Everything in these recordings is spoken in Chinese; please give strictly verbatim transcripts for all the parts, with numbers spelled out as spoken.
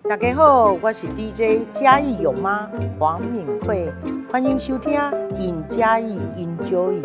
大家好，我是 D J 嘉义有妈黄敏慧，欢迎收听《in 嘉义 Enjoy》。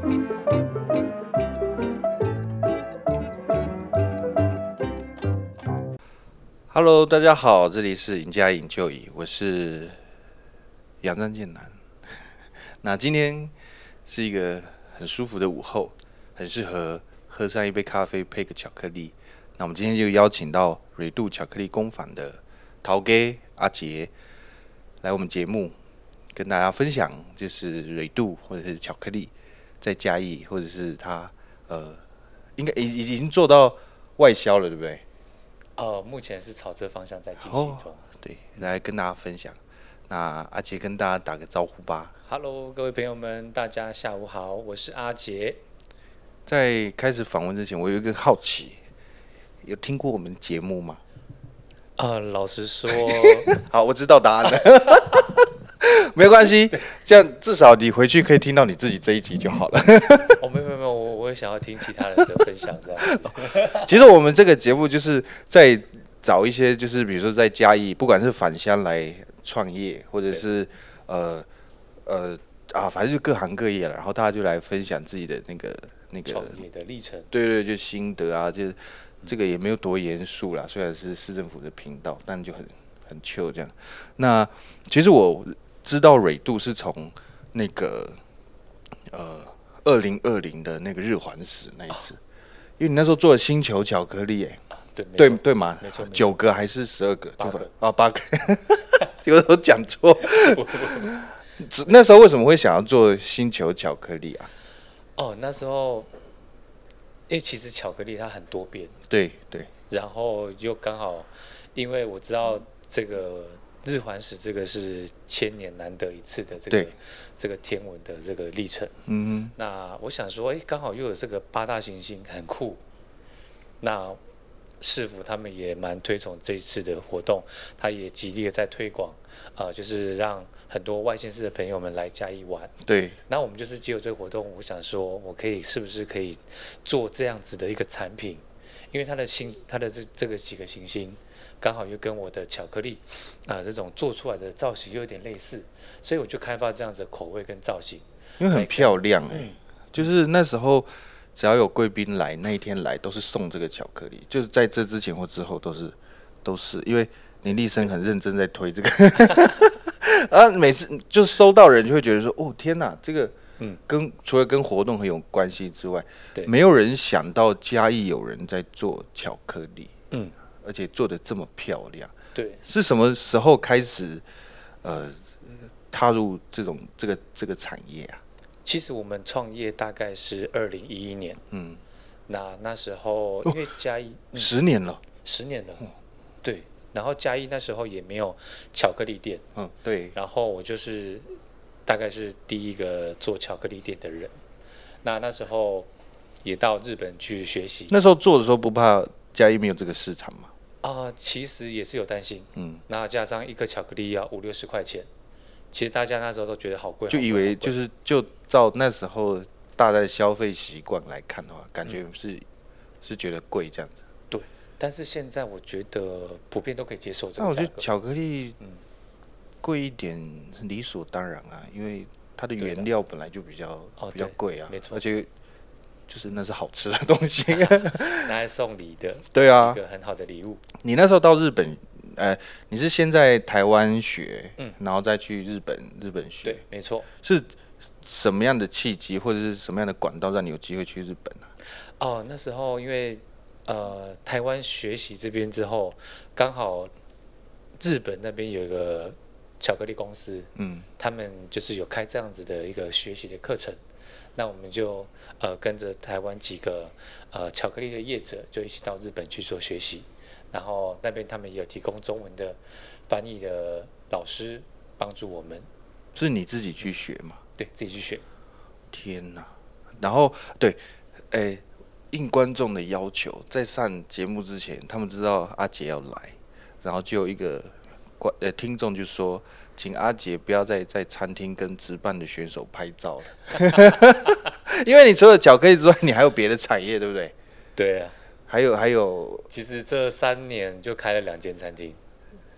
Hello， 大家好，这里是 in 嘉义 Enjoy， 我是杨张建南。那今天是一个很舒服的午后，很适合喝上一杯咖啡配个巧克力。那我们今天就邀请到蕊度巧克力工坊的陶哥阿杰来我们节目，跟大家分享就是蕊度或者是巧克力在嘉义，或者是他呃，应该已已经做到外销了，对不对？ 呃，目前是朝这方向在进行中。 哦、对，来跟大家分享。那阿杰跟大家打个招呼吧。 Hello， 各位朋友们，大家下午好，我是阿杰。 在开始访问之前，我有一个好奇，有听过我们节目吗？ 呃，老实说， 好，我知道答案了。没关系，这样至少你回去可以听到你自己这一集就好了。 哦，没有没有没有，我我也想要听其他人的分享这样子。 其实我们这个节目就是在找一些，就是比如说在嘉义，不管是返乡来创业，或者是呃呃啊，反正就各行各业了，然后大家就来分享自己的那个那个创业的历程。 对对，就心得啊，就这个也没有多严肃啦，虽然是市政府的频道，但就很很 chill 这样。那其实我知道蕊度是从那个呃二零二零的那个日环食那一次，因为你那时候做了星球巧克力、欸， 啊、对对对吗？ 没错， 九个还是十二个？ 八个啊，八个，有时候讲错。那时候为什么会想要做星球巧克力啊？ 哦，那时候，因为其实巧克力它很多变， 对对， 然后又刚好，因为我知道这个日环食这个是千年难得一次的这个这个天文的这个历程， 嗯哼， 那我想说，哎，刚好又有这个八大行星，很酷。那市府他们也蛮推崇这一次的活动，他也极力的在推广，呃，就是让很多外县市的朋友们来嘉义玩。 对。 那我们就是借由这个活动，我想说，我可以是不是可以做这样子的一个产品？因为它的星，它的这这个几个行星，刚好又跟我的巧克力啊、呃、这种做出来的造型又有点类似，所以我就开发这样子的口味跟造型。 因为很漂亮哎、欸嗯， 就是那时候只要有贵宾来，那一天来都是送这个巧克力，就是在这之前或之后都是都是，因为林立生很认真在推这个，啊，每次就是收到人就会觉得说，哦天哪，这个嗯，跟除了跟活动很有关系之外，没有人想到嘉义有人在做巧克力，嗯，而且做得这么漂亮， 对， 是什么时候开始呃踏入这种这个这个产业啊？ 其实我们创业大概是二零一一年，嗯，那那时候因为嘉义、 哦嗯、十年了， 十年了，对，然后嘉义那时候也没有巧克力店， 嗯，对， 然后我就是大概是第一个做巧克力店的人，那那时候也到日本去学习。 那时候做的时候不怕嘉义没有这个市场吗？ 啊、呃，其实也是有担心，嗯，那加上一个巧克力要五六十块钱。其实大家那时候都觉得好贵， 就以为就是就照那时候大家的消费习惯来看的话，感觉是、嗯、是觉得贵这样子。 对，但是现在我觉得普遍都可以接受这个价格。 那我觉得巧克力贵一点是理所当然啊，因为它的原料本来就比较、哦、比较贵啊， 没错， 而且就是那是好吃的东西， 拿来送礼的， 对啊， 一个很好的礼物。 你那时候到日本。呃，你是先在台湾学，嗯，然后再去日本，日本学， 对，没错。 是什么样的契机，或者是什么样的管道，让你有机会去日本呢、 啊？哦，那时候因为呃，台湾学习这边之后，刚好日本那边有一个巧克力公司，嗯，他们就是有开这样子的一个学习的课程，那我们就呃跟着台湾几个呃巧克力的业者，就一起到日本去做学习。然后那边他们也有提供中文的翻译的老师帮助我们。 是你自己去学吗？ 对，自己去学。 天哪！然后对，诶，应观众的要求，在上节目之前，他们知道阿杰要来，然后就有一个观呃听众就说，请阿杰不要再在餐厅跟值班的选手拍照了，因为你除了巧克力之外，你还有别的产业，对不对？ 对啊。 还有还有， 其实这三年就开了两间餐厅，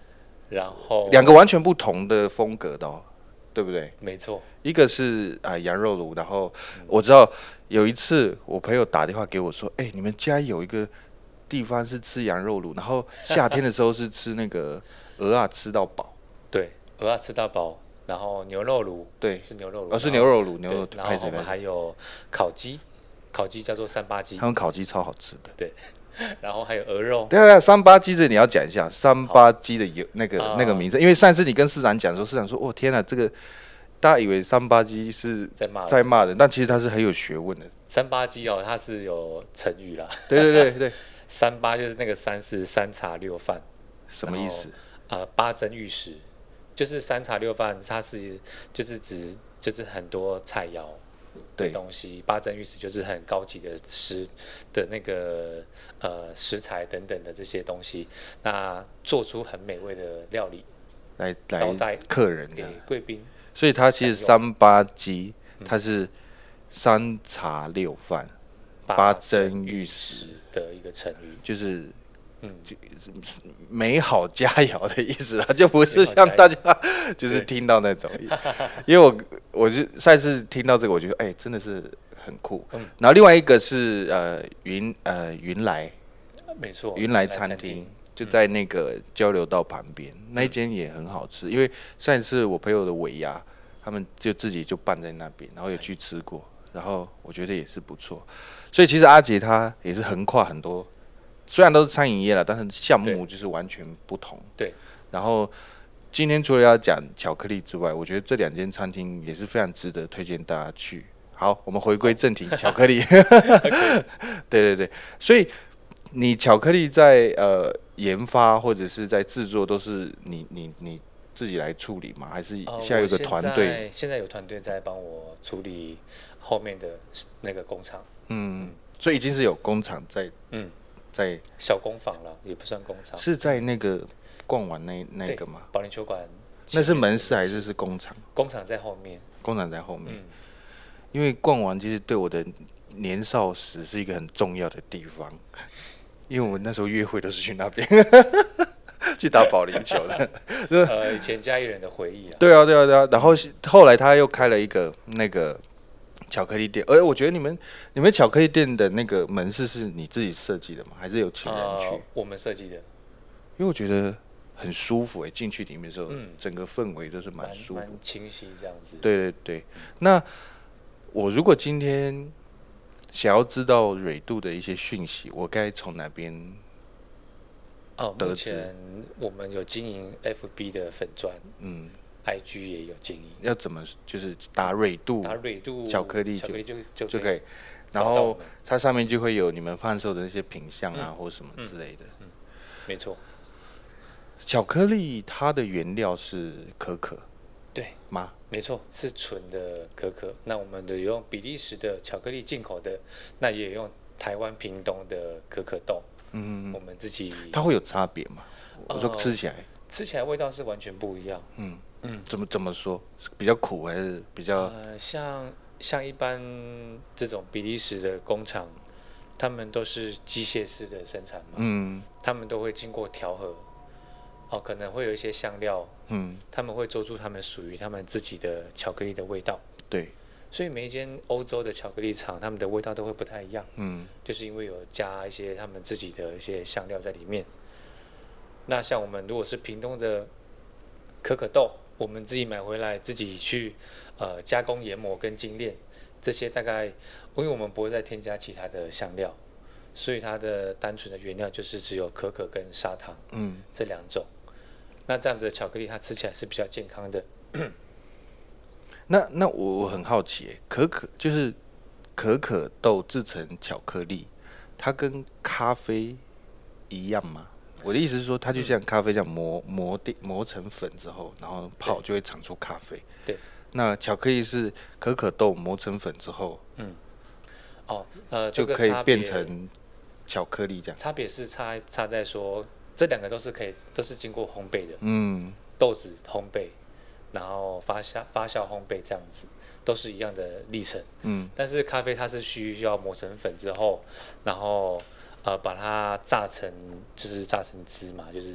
然后两个完全不同的风格的哦，对不对？ 没错， 一个是啊、呃、羊肉炉，然后我知道有一次我朋友打电话给我说，哎、欸，你们家有一个地方是吃羊肉炉，然后夏天的时候是吃那个鹅啊吃到饱， 对，鹅啊吃到饱，然后牛肉炉， 对， 是牛肉炉， 哦是牛肉炉，牛肉， 然后我们还有烤鸡，烤鸡叫做三八鸡， 他们烤鸡超好吃的， 对。然后还有鹅肉， 对啊，三八鸡这你要讲一下，三八鸡的有那个、呃、那个名字，因为上次你跟市长讲说，市长说，哦天哪，这个大家以为三八鸡是在骂在骂人，但其实它是很有学问的。 三八鸡哦，它是有成语啦， 对对对对， 三八就是那个三是三茶六饭， 什么意思？ 呃，八珍玉食，就是三茶六饭，它是就是指就是很多菜肴。的东西，八珍玉食就是很高级的食的那个呃食材等等的这些东西，那做出很美味的料理来招待客人给贵宾。 所以它其实三八鸡，它是三茶六饭、八珍玉食的一个成语， 就是。 嗯， 美好佳肴的意思啦，就不是像大家就是听到那种，因为我我就上次听到这个，我觉得哎、欸、真的是很酷。嗯，然后另外一个是呃云呃云来， 没错， 云来餐厅就在那个交流道旁边，嗯、那一间也很好吃。因为上一次我朋友的尾牙，他们就自己就办在那边，然后有去吃过，然后我觉得也是不错。所以其实阿杰他也是横跨很多。虽然都是餐饮业了，但是项目就是完全不同。 对。 然后今天除了要讲巧克力之外，我觉得这两间餐厅也是非常值得推荐大家去。好，我们回归正题，巧克力。对对对，所以你巧克力在呃研发或者是在制作，都是你你你自己来处理吗？还是现在有个团队、呃？ 现在有团队在帮我处理后面的那个工厂。嗯， 嗯所以已经是有工厂在。嗯。在小工坊了，也不算工厂， 是在那个逛完那那个吗？ 保龄球馆， 那是门市还是是工厂？ 工厂在后面， 工厂在后面。嗯、因为逛完其实对我的年少时是一个很重要的地方，因为我那时候约会都是去那边去打保龄球的。 呃，以前嘉义人的回忆啊。 对啊，对啊，对啊。然后后来他又开了一个那个。巧克力店，而我觉得你们你们巧克力店的那个门市是你自己设计的吗？还是有请人去？ 呃、我们设计的， 因为我觉得很舒服哎、欸，进去里面的时候，嗯、整个氛围都是蛮舒服、 蛮清晰这样子。 对对对，那我如果今天想要知道蕊度的一些讯息，我该从哪边？ 哦，目前我们有经营 F B 的粉专，嗯。I G 也有经营， 要怎么就是打蕊度， 打蕊度巧克力就巧克力就就就可以，然后它上面就会有你们贩售的那些品项啊，嗯、或什么之类的。 嗯，嗯没错。 巧克力它的原料是可可， 对吗？ 没错，是纯的可可。那我们的有用比利时的巧克力进口的，那也有用台湾屏东的可可豆。嗯，我们自己。 它会有差别吗？我说吃起来。 呃吃起来味道是完全不一样。 嗯嗯，怎么怎么说？比较苦还是比较？ 呃，像像一般这种比利时的工厂，他们都是机械式的生产嘛。嗯。他们都会经过调和，哦，可能会有一些香料。嗯。他们会做出他们属于他们自己的巧克力的味道。 对。 所以每一间欧洲的巧克力厂，他们的味道都会不太一样。嗯。就是因为有加一些他们自己的一些香料在里面。那像我们如果是屏东的可可豆，我们自己买回来，自己去呃加工研磨跟精炼，这些大概，因为我们不会再添加其他的香料，所以它的单纯的原料就是只有可可跟砂糖，嗯，这两种。那这样子的巧克力它吃起来是比较健康的。 那那我我很好奇，可可就是可可豆制成巧克力，它跟咖啡一样吗？我的意思是说，它就像咖啡这样磨磨磨成粉之后，然后泡就会产出咖啡。 对。 那巧克力是可可豆磨成粉之后，嗯， 哦，呃， 就可以变成巧克力这样。 差别是差差在说，这两个都是可以都是经过烘焙的，嗯，豆子烘焙，然后发酵发酵烘焙这样子，都是一样的历程。嗯。但是咖啡它是需要磨成粉之后，然后。呃，把它榨成就是榨成汁嘛，就是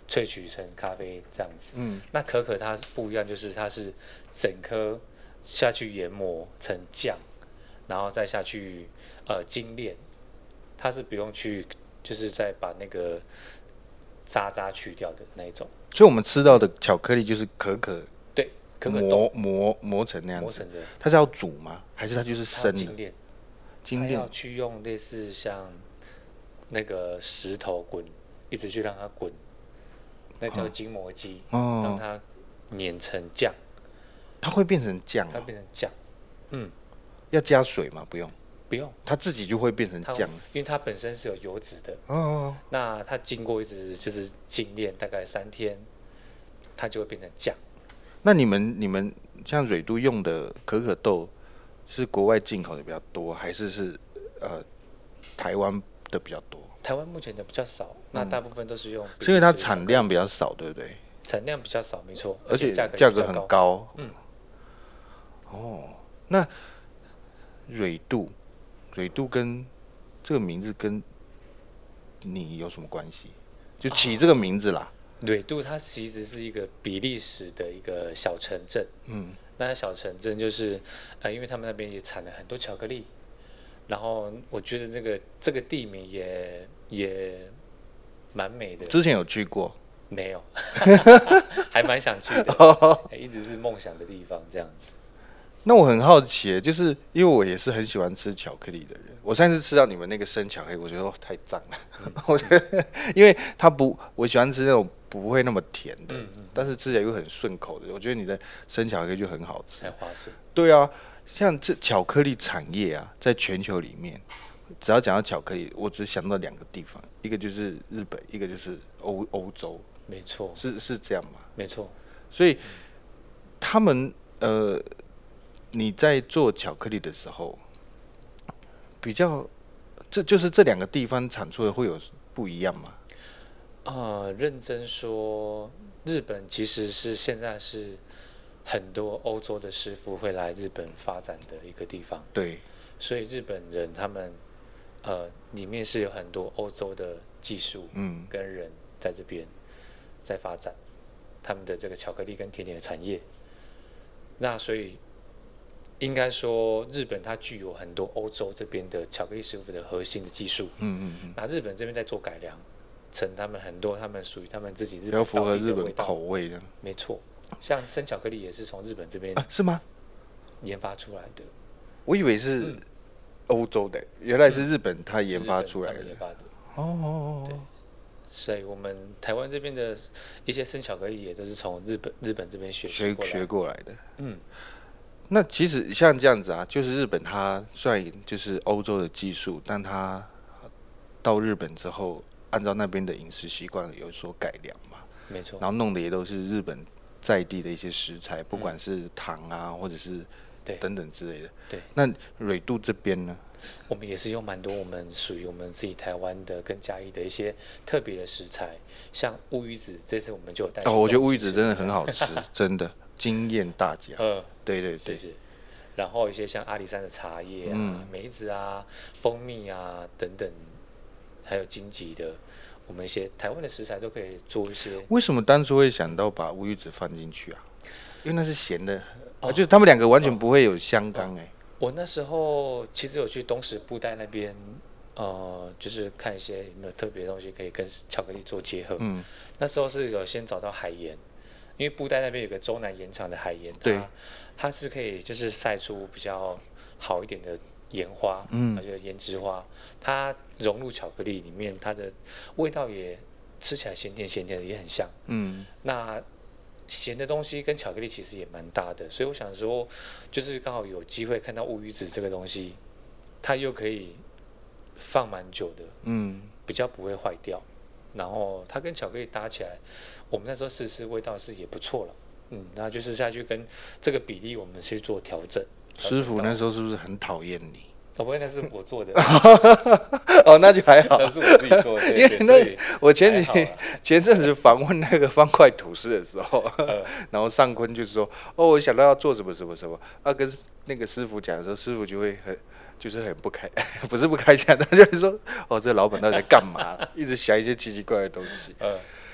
萃取成咖啡这样子。 嗯， 那可可它不一样，就是它是整颗下去研磨成酱，然后再下去呃精炼，它是不用去就是再把那个渣渣去掉的那一种。 所以我们吃到的巧克力就是可可对，可可磨豆磨磨成那样子， 磨成的。 它是要煮吗？还是它就是它要生的？ 精炼， 精炼它要去用类似像那个石头滚，一直去让它滚，那叫筋磨机， 哦， 让它碾成酱， 它会变成酱、 它哦， 变成酱。嗯， 要加水吗？不用， 不用， 它自己就会变成它酱。 因为它本身是有油脂的。 哦， 那它经过一直就是精炼，大概三天，它就会变成酱。 那你们你们像蕊都用的可可豆是国外进口的比较多，还是是呃台湾的比较多？ 台湾目前的比较少，那大部分都是用比利时的巧克力， 是因为它产量比较少，对不对？ 产量比较少，没错， 而且价价格很格也比较高。 高。 嗯， 哦，那蕊度，蕊度跟这个名字跟你有什么关系？就起这个名字啦。 蕊度它其实是一个比利时的一个小城镇。 嗯， 那小城镇就是呃，因为他们那边也产了很多巧克力，然后我觉得那个这个地名也也蛮美的。 之前有去过。 没有，还蛮想去的，一直是梦想的地方这样子。 那我很好奇，就是因为我也是很喜欢吃巧克力的人。我上次吃到你们那个生巧克力，我觉得、哦、太脏了。嗯、我觉得，因为它不，我喜欢吃那种不会那么甜的，嗯嗯、但是吃起来又很顺口的。我觉得你的生巧克力就很好吃， 还划算。 对啊，像这巧克力产业啊，在全球里面，只要讲到巧克力，我只想到两个地方，一个就是日本，一个就是欧欧洲。 没错， 是是这样吗？ 没错。 所以他们呃，你在做巧克力的时候，比较，这就是这两个地方产出的会有不一样吗？ 呃，认真说，日本其实是现在是很多欧洲的师傅会来日本发展的一个地方。 对， 所以日本人他们呃里面是有很多欧洲的技术嗯跟人在这边在发展他们的这个巧克力跟甜点的产业。那所以应该说日本它具有很多欧洲这边的巧克力师傅的核心的技术。 嗯嗯嗯。 那日本这边在做改良，成他们很多他们属于他们自己日本要符合日本味道口味的。 没错，像生巧克力也是从日本这边、 啊、是吗？ 研发出来的。 我以为是欧洲的，嗯、原来是日本它研发出来的。 研发的。 哦哦对。所以我们台湾这边的一些生巧克力也都是从日本日本这边学学过来学过来的。 嗯。 那其实像这样子啊，就是日本它虽然就是欧洲的技术，但它到日本之后，按照那边的饮食习惯有所改良嘛。 没错。 然后弄的也都是日本在地的一些食材，不管是糖啊，嗯、或者是等等之类的。 对。 那蕊度这边呢？ 我们也是用蛮多我们属于我们自己台湾的跟嘉义的一些特别的食材，像乌鱼子，这次我们就有带。 哦，我觉得乌鱼子真的很好吃，真的惊艳大家。 嗯， 对对对。 谢谢。然后一些像阿里山的茶叶啊、嗯、梅子啊、蜂蜜啊等等，还有荆棘的，我们一些台湾的食材都可以做一些。 为什么当初会想到把乌鱼子放进去啊？因为那是咸的，哦、就是他们两个完全不会有相干哎、欸。 我那时候其实有去东石布袋那边，呃，就是看一些有没有特别的东西可以跟巧克力做结合。嗯，那时候是有先找到海盐，因为布袋那边有个洲南盐场的海盐，它它是可以就是晒出比较好一点的盐花，嗯，而且盐之花，它融入巧克力里面，它的味道也吃起来咸甜咸甜的，也很像。嗯，那咸的东西跟巧克力其实也蛮搭的，所以我想说，就是刚好有机会看到乌鱼子这个东西，它又可以放蛮久的，嗯，比较不会坏掉，然后它跟巧克力搭起来，我们那时候试试味道是也不错了，嗯，那就是下去跟这个比例我们去做调整。 师傅那时候是不是很讨厌你？ 哦，不会，那是我做的。 哦，那就还好。 那是我自己做的， 因为那我前几前阵子访问那个方块吐司的时候，呃、然后尚坤就说：“哦，我想到要做什么什么什么。”啊，跟那个师傅讲的时候，师傅就会很就是很不开，不是不开心，他就会说：“哦，这老板到底在干嘛？一直想一些奇奇怪怪的东西。”呃，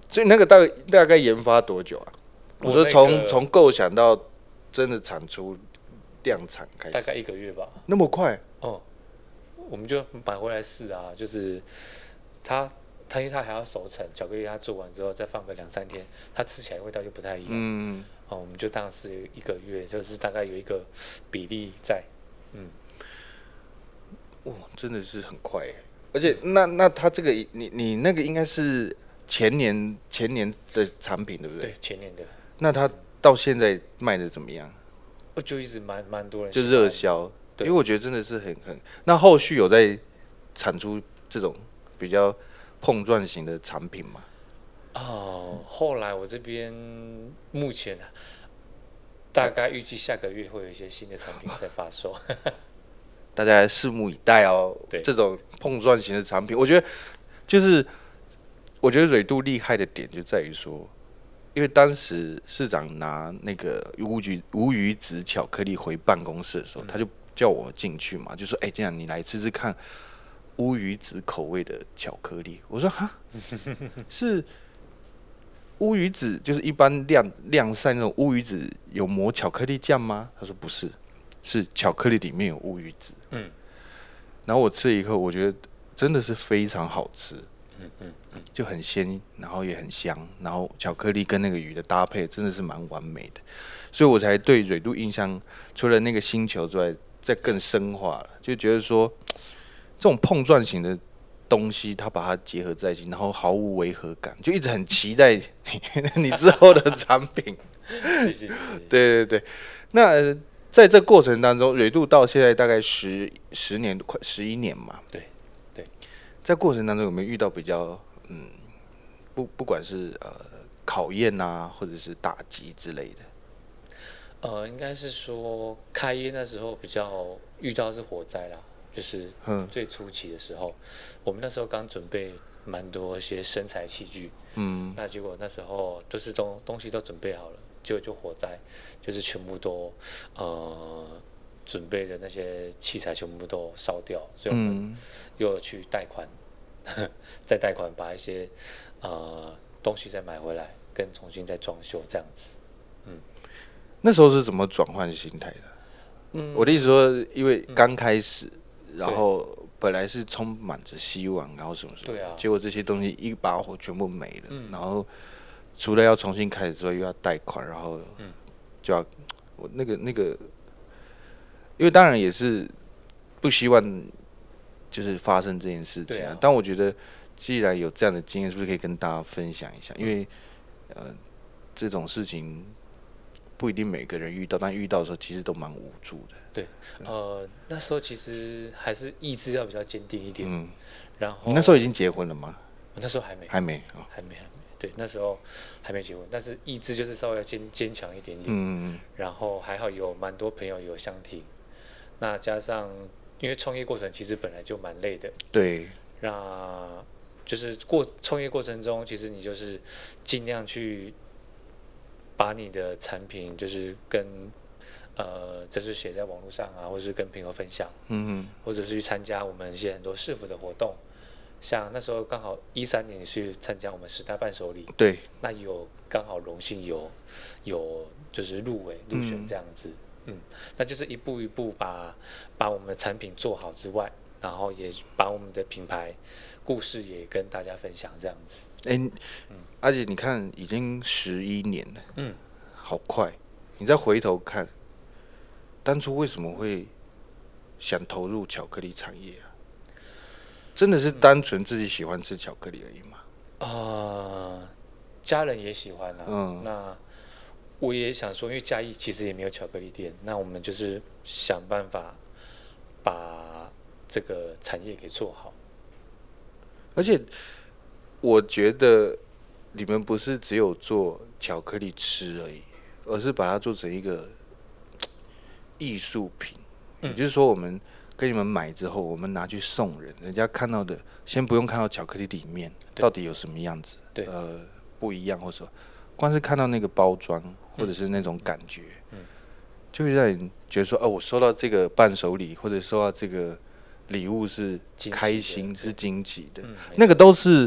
所以那个大概大概研发多久啊？我说从从构想到真的产出量产开始， 大概一个月吧。 那么快？ 哦，我们就买回来试啊，就是它它因为它还要熟成，巧克力它做完之后再放个两三天，它吃起来味道就不太一样。嗯，哦，我们就当时一个月，就是大概有一个比例在。嗯， 哇，真的是很快耶！而且那那它这个你你那个应该是前年前年的产品对不对？ 对，前年的。 那它到现在卖的怎么样？ 我就一直蛮蛮多人就热销，因为我觉得真的是很很。那后续有在产出这种比较碰撞型的产品吗？ 哦，后来我这边目前大概预计下个月会有一些新的产品在发售， 大家拭目以待哦。这种碰撞型的产品，我觉得就是我觉得蕊度厉害的点就在于说。因为当时市长拿那个乌鱼乌鱼子巧克力回办公室的时候，嗯、他就叫我进去嘛，就说：“哎、欸，这样你来吃吃看乌鱼子口味的巧克力。”我说：“哈，是乌鱼子，就是一般晾晾晒那种乌鱼子有抹巧克力酱吗？”他说：“不是，是巧克力里面有乌鱼子。”嗯，然后我吃了以后，我觉得真的是非常好吃。嗯嗯嗯，就很鲜，然后也很香，然后巧克力跟那个鱼的搭配真的是蛮完美的，所以我才对蕊度印象除了那个星球之外，再更深化了，就觉得说这种碰撞型的东西，它把它结合在一起，然后毫无违和感，就一直很期待你之后的产品。 谢谢谢谢。 对对对，那在这过程当中，蕊度到现在大概十十年，快十一年嘛。 对。 在过程当中有没有遇到比较嗯不不管是呃考验啊，或者是打击之类的？ 呃，应该是说开业那时候比较遇到是火灾啦，就是最初期的时候，嗯、我们那时候刚准备蛮多一些生材器具，嗯，那结果那时候都是东东西都准备好了，结果就火灾，就是全部都呃准备的那些器材全部都烧掉，所以我们又有去贷款，嗯、再贷款把一些呃东西再买回来，跟重新再装修这样子。嗯， 那时候是怎么转换心态的？嗯，我的意思说，因为刚开始，嗯、然后本来是充满着希望，然后什么什么， 对啊， 结果这些东西一把火全部没了，嗯、然后除了要重新开始之外，又要贷款，然后就要我那个那个。因为当然也是不希望就是发生这件事情啊，啊但我觉得既然有这样的经验，是不是可以跟大家分享一下？因为呃这种事情不一定每个人遇到，但遇到的时候其实都蛮无助的。 对，呃那时候其实还是意志要比较坚定一点。嗯，然后你那时候已经结婚了吗？ 我那时候还没， 还没， 哦、还没，还没。对，那时候还没结婚，但是意志就是稍微要坚坚强一点点。嗯，然后还好有蛮多朋友有相挺。那加上，因为创业过程其实本来就蛮累的， 对， 那就是过创业过程中，其实你就是尽量去把你的产品就是跟呃，就是写在网络上啊，或者是跟朋友分享，嗯，或者是去参加我们一些很多市府的活动，像那时候刚好一三年去参加我们十大伴手礼， 对， 那有刚好荣幸有有就是入围入选这样子。嗯嗯，那就是一步一步把把我们的产品做好之外，然后也把我们的品牌故事也跟大家分享这样子。 哎、欸，嗯，而且你看已经十一年了，嗯，好快。你再回头看，当初为什么会想投入巧克力产业啊？真的是单纯自己喜欢吃巧克力而已吗？ 啊、呃，家人也喜欢啊。嗯，那。我也想说，因为嘉义其实也没有巧克力店，那我们就是想办法把这个产业给做好。 而且我觉得你们不是只有做巧克力吃而已，而是把它做成一个艺术品。嗯、也就是说，我们跟你们买之后，我们拿去送人，人家看到的先不用看到巧克力里面到底有什么样子， 对， 呃，不一样，或者说光是看到那个包装。或者是那种感觉，嗯，就会让人觉得说，哦，我收到这个伴手礼，或者收到这个礼物是开心，是惊喜的，嗯、那个都是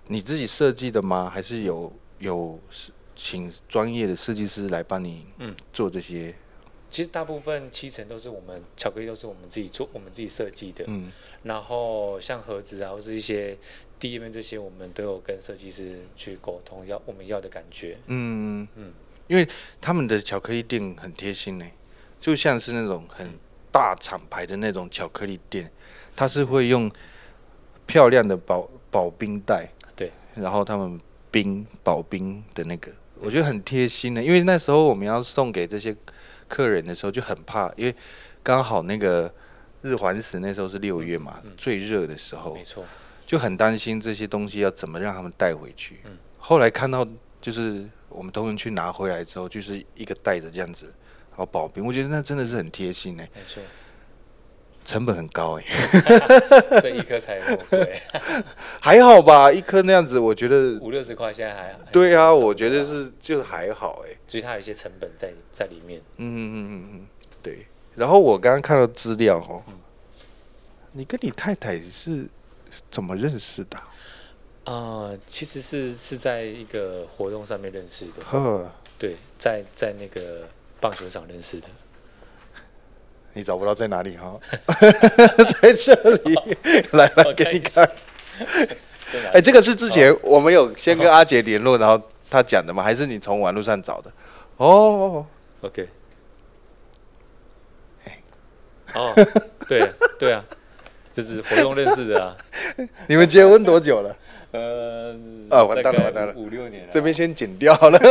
你自己设计的吗？还是有有请专业的设计师来帮你做这些？嗯， 其实大部分七成都是我们巧克力都是我们自己做，我们自己设计的。 嗯， 然后像盒子啊，或是一些第一面这些，我们都有跟设计师去沟通，要我们要的感觉。嗯嗯，因为他们的巧克力店很贴心呢，就像是那种很大厂牌的那种巧克力店，它是会用漂亮的保保冰袋， 对， 然后他们冰保冰的那个，我觉得很贴心的。因为那时候我们要送给这些客人的时候就很怕，因为刚好那个日环食那时候是六月嘛，嗯、最热的时候， 没错， 就很担心这些东西要怎么让他们带回去。嗯、后来看到就是我们同仁去拿回来之后，就是一个袋子这样子，然后保冰，我觉得那真的是很贴心哎。 没错。 成本很高哎， 这一颗才那么贵， 还好吧？一颗那样子，我觉得五六十块现在还好。 对啊，我觉得是就还好哎， 所以它有一些成本在在里面。 嗯嗯嗯嗯，对。然后我刚刚看到资料哦，嗯、你跟你太太是怎么认识的？ 啊、呃，其实是是在一个活动上面认识的。 呵， 对，在在那个棒球场认识的。 你找不到在哪里哈？在这里，来来给你看。哎、欸，这个是之前我们有先跟阿杰联络，然后他讲的吗？还是你从网络上找的？哦 ，OK。哎，哦，对啊，对啊，就是活动认识的啊。 你们结婚多久了？ 呃， 啊，完蛋了，完蛋了， 五六年了。 这边先剪掉了。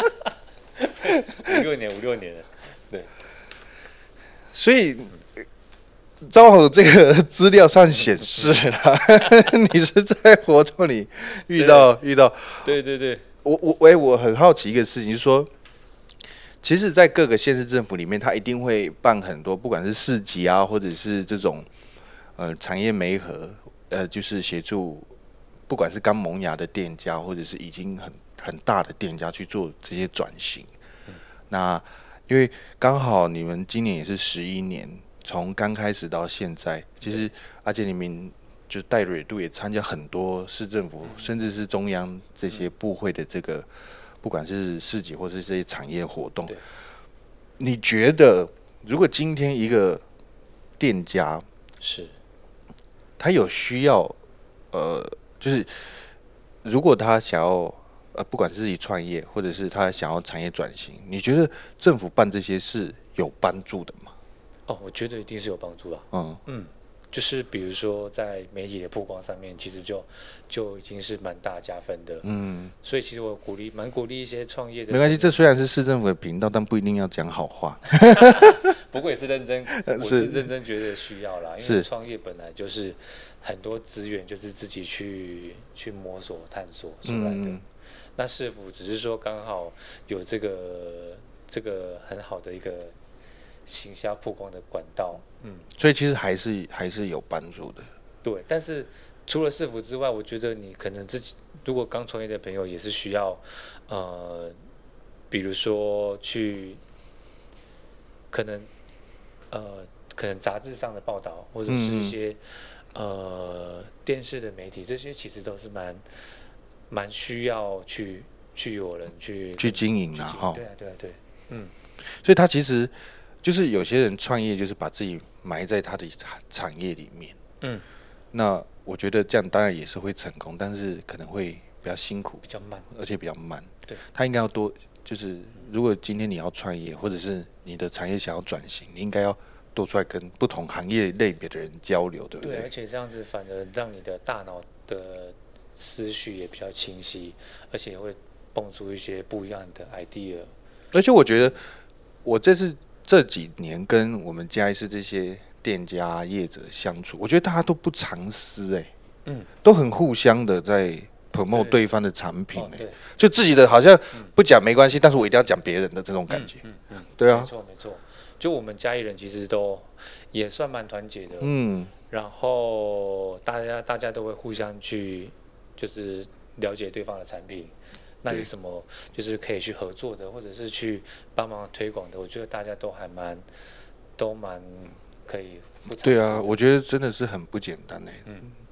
五六年，五六年了，对。 所以，正好这个资料上显示了，你是在活动里遇到遇到。 对对对， 我我喂，我很好奇一个事情，就是说，其实，在各个县市政府里面，他一定会办很多，不管是市集啊，或者是这种呃产业媒合，呃，就是协助，不管是刚萌芽的店家，或者是已经很很大的店家去做这些转型。嗯、那因为刚好你们今年也是十一年，从刚开始到现在，其实阿杰你们就带蕊度也参加很多市政府，嗯、甚至是中央这些部会的这个，不管是市集或是这些产业活动。你觉得，如果今天一个店家是， 他有需要，呃，就是如果他想要。呃，不管是自己创业，或者是他想要产业转型，你觉得政府办这些事有帮助的吗？ 哦，我觉得一定是有帮助的。 嗯嗯，就是比如说在媒体的曝光上面，其实就就已经是蛮大加分的。嗯，所以其实我鼓励，蛮鼓励一些创业的。 没关系，这虽然是市政府的频道，但不一定要讲好话。 不过也是认真，我是认真觉得需要啦，因为创业本来就是很多资源，就是自己去去摸索、探索出来的。嗯，那市府只是说刚好有这个这个很好的一个行销曝光的管道，嗯， 所以其实还是还是有帮助的。 对，但是除了市府之外，我觉得你可能自己如果刚创业的朋友也是需要，呃，比如说去可能呃可能杂志上的报道，或者是一些、嗯、呃电视的媒体，这些其实都是蛮。蛮需要去去有人去去经营啊，哈， 对啊，对啊，对，嗯， 所以他其实就是有些人创业，就是把自己埋在他的产业里面，嗯，那我觉得这样当然也是会成功，但是可能会比较辛苦， 比较慢， 而且比较慢， 对， 他应该要多，就是如果今天你要创业，或者是你的产业想要转型，你应该要多出来跟不同行业类别的人交流，对不对？ 对，而且这样子反而让你的大脑的思绪也比较清晰，而且会蹦出一些不一样的 idea。 而且我觉得，我这次这几年跟我们嘉义市这些店家业者相处，我觉得大家都不藏私，哎，嗯，都很互相的在 promote 对方的产品，哎、哦，就自己的好像不讲没关系，嗯、但是我一定要讲别人的这种感觉， 嗯嗯，嗯对啊， 没错没错，就我们嘉义人其实都也算蛮团结的，嗯，然后大家大家都会互相去。就是了解对方的产品，那有什么就是可以去合作的，或者是去帮忙推广的，我觉得大家都还蛮都蛮可以不。 对啊，我觉得真的是很不简单哎。嗯，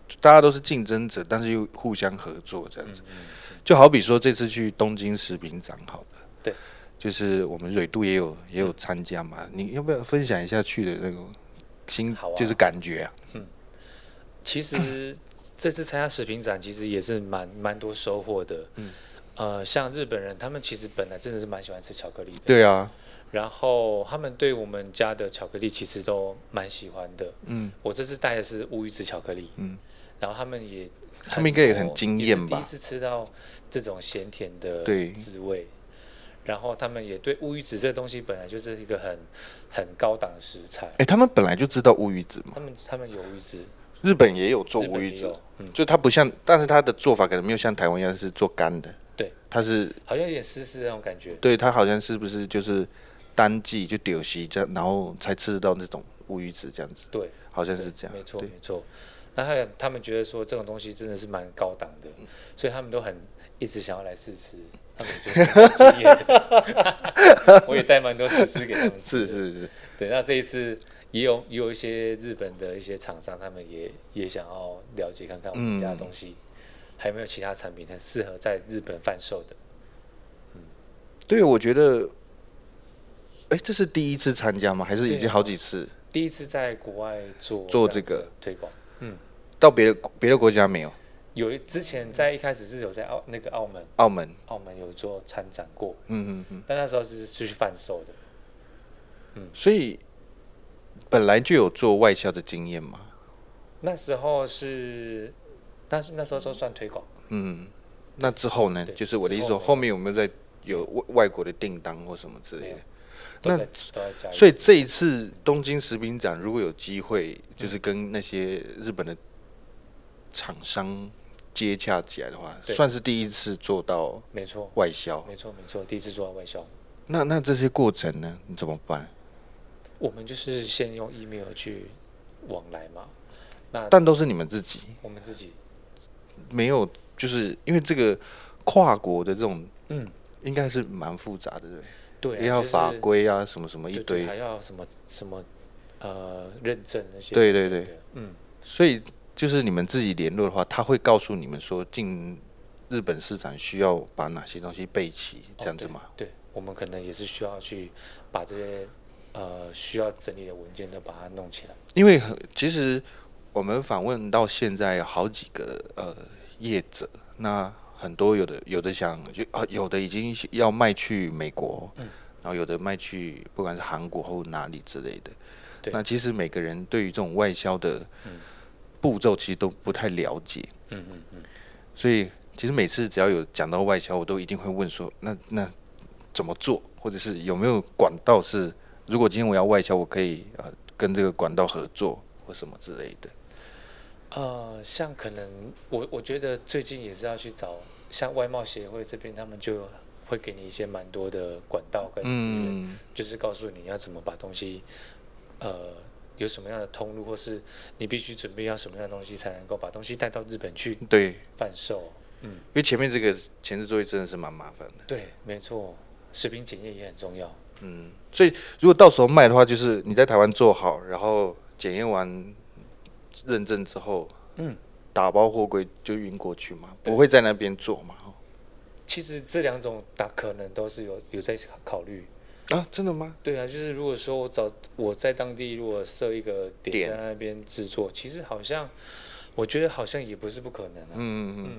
大家都是竞争者，但是又互相合作这样子。嗯嗯嗯、就好比说这次去东京食品展，好了， 对， 就是我们蕊度也有也有参加嘛，嗯、你要不要分享一下去的那个新、啊、就是感觉啊？ 嗯，其实这次参加食品展，其实也是蛮蛮多收获的。嗯，呃，像日本人，他们其实本来真的是蛮喜欢吃巧克力的。 对啊。 然后他们对我们家的巧克力其实都蛮喜欢的。嗯，我这次带的是乌鱼子巧克力。嗯，然后他们也， 他们应该也很惊艳吧？ 第一次吃到这种咸甜的滋味。然后他们也对乌鱼子这东西本来就是一个很很高档的食材。 哎，他们本来就知道乌鱼子嘛？ 他们他们有乌鱼子。 日本也有做乌鱼子，嗯，就它不像，但是它的做法可能没有像台湾一样是做干的。 对， 它是好像有点湿湿那种感觉。 对，它好像是不是就是单季就丢席这样，然后才吃得到那种乌鱼子这样子。 对， 好像是这样。 没错，没错。那他他们觉得说这种东西真的是蛮高档的，所以他们都很一直想要来试吃。他们觉得很惊艳，我也带蛮多试吃给他们吃。 是是是。 对，那这一次也有也有一些日本的一些厂商，他们也也想要了解看看我们家的东西，嗯、还有没有其他产品很适合在日本贩售的。 嗯，对，我觉得。哎，这是第一次参加吗？还是已经好几次？ 第一次在国外做做这个推广，嗯， 到别的别的国家没有？ 有之前在一开始是有在澳那个澳门， 澳门澳门有做参展过， 嗯嗯嗯， 但那时候是去贩售的， 嗯，所以本来就有做外销的经验嘛。 那时候是，但是那时候都算推广， 嗯，那之后呢？就是我的意思说，后面有没有在有外国的订单或什么之类的？那所以这一次东京食品展，如果有机会，就是跟那些日本的厂商接洽起来的话，算是第一次做到没错外销， 没错没错，第一次做到外销。 那那这些过程呢，你怎么办？ 我们就是先用 email 去往来嘛，那但都是你们自己， 我们自己没有，就是因为这个跨国的这种，嗯，应该是蛮复杂的，对不对？ 对、啊， 要法规啊，什么什么一堆， 对对还要什么什么呃认证那些。 对对对，嗯，所以就是你们自己联络的话，他会告诉你们说进日本市场需要把哪些东西备齐，这样子吗？ 哦、对, 对，我们可能也是需要去把这些呃需要整理的文件都把它弄起来。 因为其实我们访问到现在有好几个呃业者，那。很多有的有的想就啊，有的已经要卖去美国，嗯、然后有的卖去不管是韩国或哪里之类的。那其实每个人对于这种外销的步骤其实都不太了解。嗯嗯嗯。所以其实每次只要有讲到外销，我都一定会问说，那那怎么做，或者是有没有管道是，如果今天我要外销，我可以呃跟这个管道合作或什么之类的。 呃，像可能我我觉得最近也是要去找像外贸协会这边，他们就会给你一些蛮多的管道跟资源，嗯、就是告诉你要怎么把东西，呃，有什么样的通路，或是你必须准备要什么样的东西才能够把东西带到日本去对贩售。嗯， 因为前面这个前置作业真的是蛮麻烦的。 对，没错，食品检验也很重要。 嗯，所以如果到时候卖的话，就是你在台湾做好，然后检验完。认证之后，嗯，打包货柜就运过去嘛，不会在那边做嘛。 其实这两种打可能都是有有在考虑啊，真的吗？ 对啊，就是如果说我找我在当地如果设一个点在那边制作，其实好像我觉得好像也不是不可能啊。嗯嗯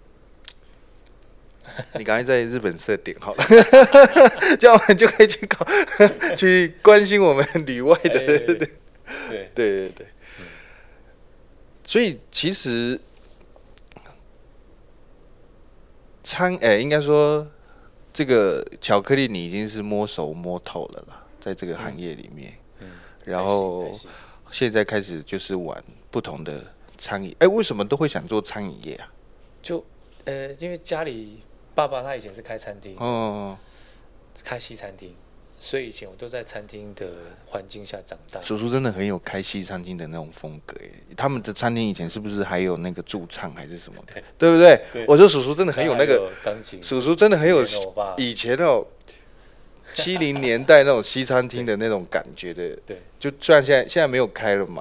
嗯。你赶快在日本设点好了，这样我们就可以去搞去关心我们旅外的。 对对对对对。所以其实餐诶、欸，应该说这个巧克力你已经是摸熟摸透了啦，在这个行业里面，嗯，然后现在开始就是玩不同的餐饮。哎、欸，为什么都会想做餐饮业啊？ 就呃，因为家里爸爸他以前是开餐厅，哦，开西餐厅。所以以前我都在餐厅的环境下长大。 叔叔真的很有开西餐厅的那种风格耶，他们的餐厅以前是不是还有那个驻唱还是什么的， 对, 对不对？对，我说叔叔真的很有那个钢琴， 叔叔真的很有以前那种七零年代那种西餐厅的那种感觉的。对，就虽然现在现在没有开了嘛，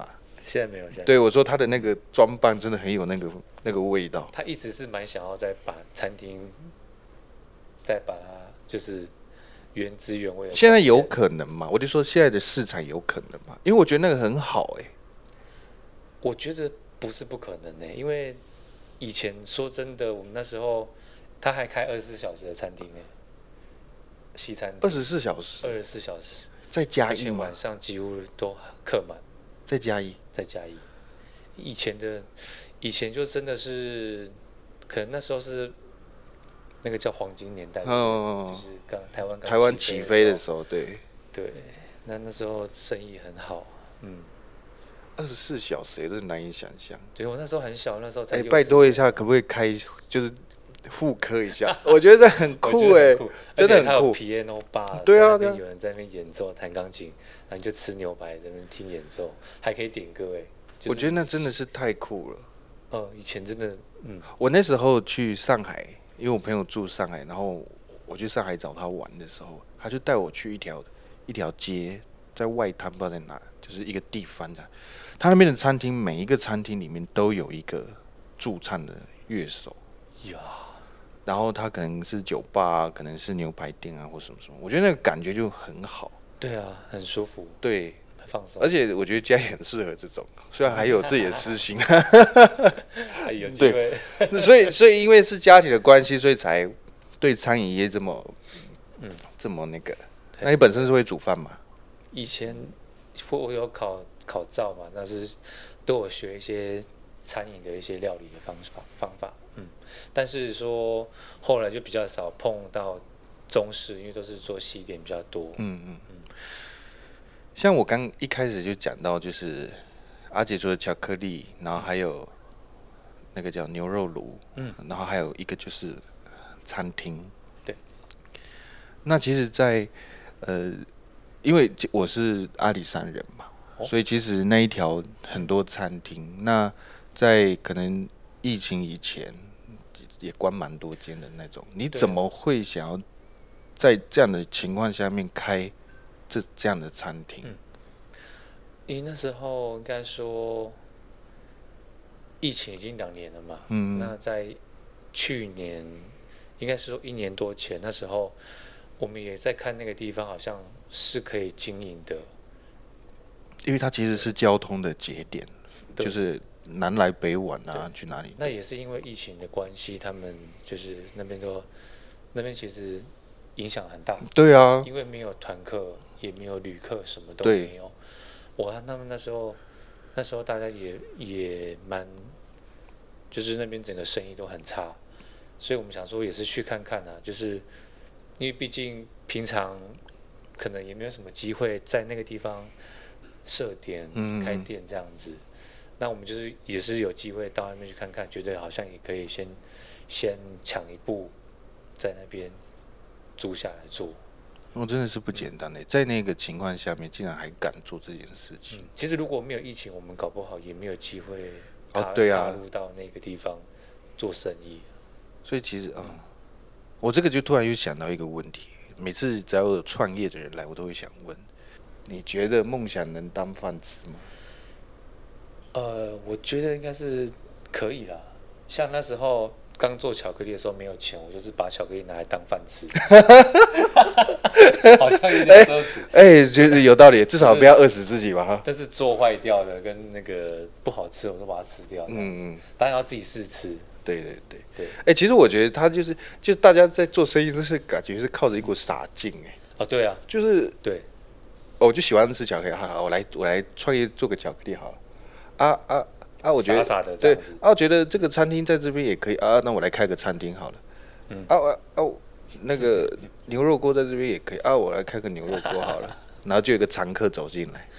现在没有，现在对我说他的那个装扮真的很有那个那个味道。 他一直是蛮想要再把餐厅，再把它就是原汁原味的。 现在有可能吗？我就说现在的市场有可能吗？因为我觉得那个很好哎、欸。 我觉得不是不可能呢、欸，因为以前说真的，我们那时候他还开二十四小时的餐厅呢、欸，西餐厅二十四小时， 二十四小时， 在嘉而义吗？ 且晚上几乎都客满， 在嘉义， 在嘉义。以前的以前就真的是，可能那时候是那个叫黄金年代， 哦， 就是刚台湾台湾起飞的时候，对对，那那时候生意很好，嗯。 二十四小时也是难以想象。 对我那时候很小，那时候才。哎、 欸，拜托一下，可不可以开就是复刻一下？我觉得这很酷哎、欸，真的很酷。 piano bar， 对啊， 对啊，有人在那边演奏弹钢琴，然后你就吃牛排在那边听演奏，还可以点歌哎、就是。 我觉得那真的是太酷了。 哦、呃，以前真的，嗯， 我那时候去上海，因为我朋友住上海，然后我去上海找他玩的时候，他就带我去一条一条街，在外滩不知道在哪，就是一个地方的。他那边的餐厅，每一个餐厅里面都有一个驻唱的乐手呀，然后他可能是酒吧啊，可能是牛排店啊，或什么什么，我觉得那个感觉就很好。 对啊，很舒服， 对， 很放松。 而且我觉得嘉义很适合这种，虽然还有自己的私心， 还有机会。 对，所以所以因为是家庭的关系，所以才对餐饮业这么嗯这么那个。那你本身是会煮饭吗？ 以前我有考。考照嘛，那是都有学一些餐饮的一些料理的方法方法，嗯，但是说后来就比较少碰到中式，因为都是做西点比较多，嗯嗯嗯。 像我刚一开始就讲到，就是阿姐做的巧克力，然后还有那个叫牛肉炉，嗯，然后还有一个就是餐厅， 对。 那其实在，在呃，因为我是阿里山人嘛。所以其实那一条很多餐厅，那在可能疫情以前也关蛮多间的那种。你怎么会想要在这样的情况下面开这这样的餐厅？嗯， 因为那时候应该说疫情已经两年了嘛， 嗯， 那在去年应该是说一年多前，那时候我们也在看那个地方，好像是可以经营的。 因为它其实是交通的节点，就是南来北往啊，去哪里？ 那也是因为疫情的关系，他们就是那边都那边其实影响很大。 对啊， 因为没有团客，也没有旅客，什么都没有。哇，他们那时候那时候大家也也蛮，就是那边整个生意都很差，所以我们想说也是去看看啊，就是因为毕竟平常可能也没有什么机会在那个地方。设点开店这样子，嗯、那我们就是也是有机会到那边去看看，觉得好像也可以先先抢一步，在那边租下来做。 我、哦、真的是不简单的，在那个情况下面，竟然还敢做这件事情。嗯、 其实如果没有疫情，我们搞不好也没有机会踏、哦对啊、 踏入到那个地方做生意。 所以其实啊、嗯，我这个就突然又想到一个问题，每次只要有创业的人来，我都会想问。你觉得梦想能当饭吃吗？ 呃，我觉得应该是可以啦。像那时候刚做巧克力的时候没有钱，我就是把巧克力拿来当饭吃，好像有点奢侈。 哎、欸，觉得有道理，至少不要饿死自己吧。哈， 但是做坏掉的跟那个不好吃，我都把它吃掉。嗯嗯，当然要自己试吃。 对对对对。 哎、欸，其实我觉得他就是，就是大家在做生意，就是感觉是靠着一股傻劲哎、欸。 哦，对啊， 就是对。 哦，我就喜欢吃巧克力，好，我来我来创业做个巧克力好了。啊啊啊！我觉得傻傻的对啊，我觉得这个餐厅在这边也可以啊，那我来开个餐厅好了。嗯。啊啊啊！那个牛肉锅在这边也可以啊，我来开个牛肉锅好了。然后就有一个常客走进来。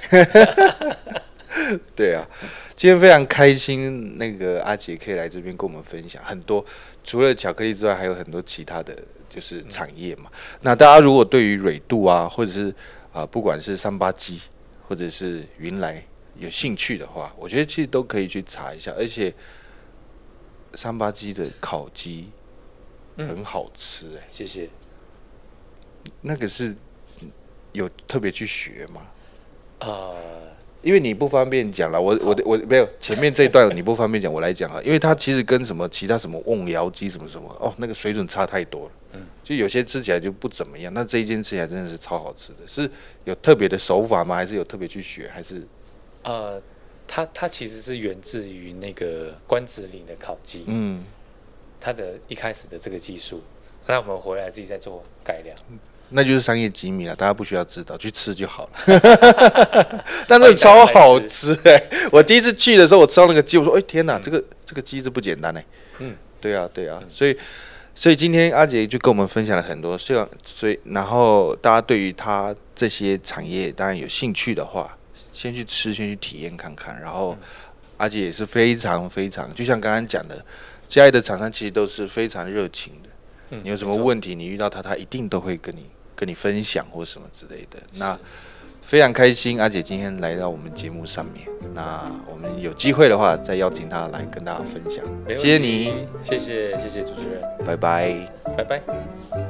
对啊，今天非常开心，那个阿杰可以来这边跟我们分享很多，除了巧克力之外，还有很多其他的就是产业嘛。嗯、那大家如果对于蕊度啊，或者是啊、呃，不管是三八鸡或者是云来有兴趣的话，我觉得其实都可以去查一下。而且三八鸡的烤鸡很好吃哎、欸嗯，谢谢。 那个是有特别去学吗？ 呃， 因为你不方便讲了，我我我没有前面这一段你不方便讲，我来讲啊，因为它其实跟什么其他什么瓮窑鸡什么什么哦，那个水准差太多了，嗯，就有些吃起来就不怎么样，那这一间吃起来真的是超好吃的，是有特别的手法吗？还是有特别去学？还是呃，它它其实是源自于那个关子岭的烤鸡，嗯，它的一开始的这个技术，那我们回来自己再做改良。 那就是商业机密了，大家不需要知道，去吃就好了。但是超好吃哎、欸！我第一次去的时候，我吃到那个鸡，我说：“哎、欸、天哪，嗯、这个这个鸡是不简单哎、欸。”嗯，对啊，对啊，嗯、所以所以今天阿杰就跟我们分享了很多，所以所以然后大家对于他这些产业当然有兴趣的话，先去吃，先去体验看看。然后、嗯、阿杰也是非常非常，就像刚刚讲的，嘉义的厂商其实都是非常热情的。嗯、你有什么问题，你遇到他，他一定都会跟你。跟你分享或什么之类的，那非常开心，阿姐今天来到我们节目上面。那我们有机会的话，再邀请她来跟大家分享。谢谢你， 谢谢谢谢主持人， 拜拜， 拜拜。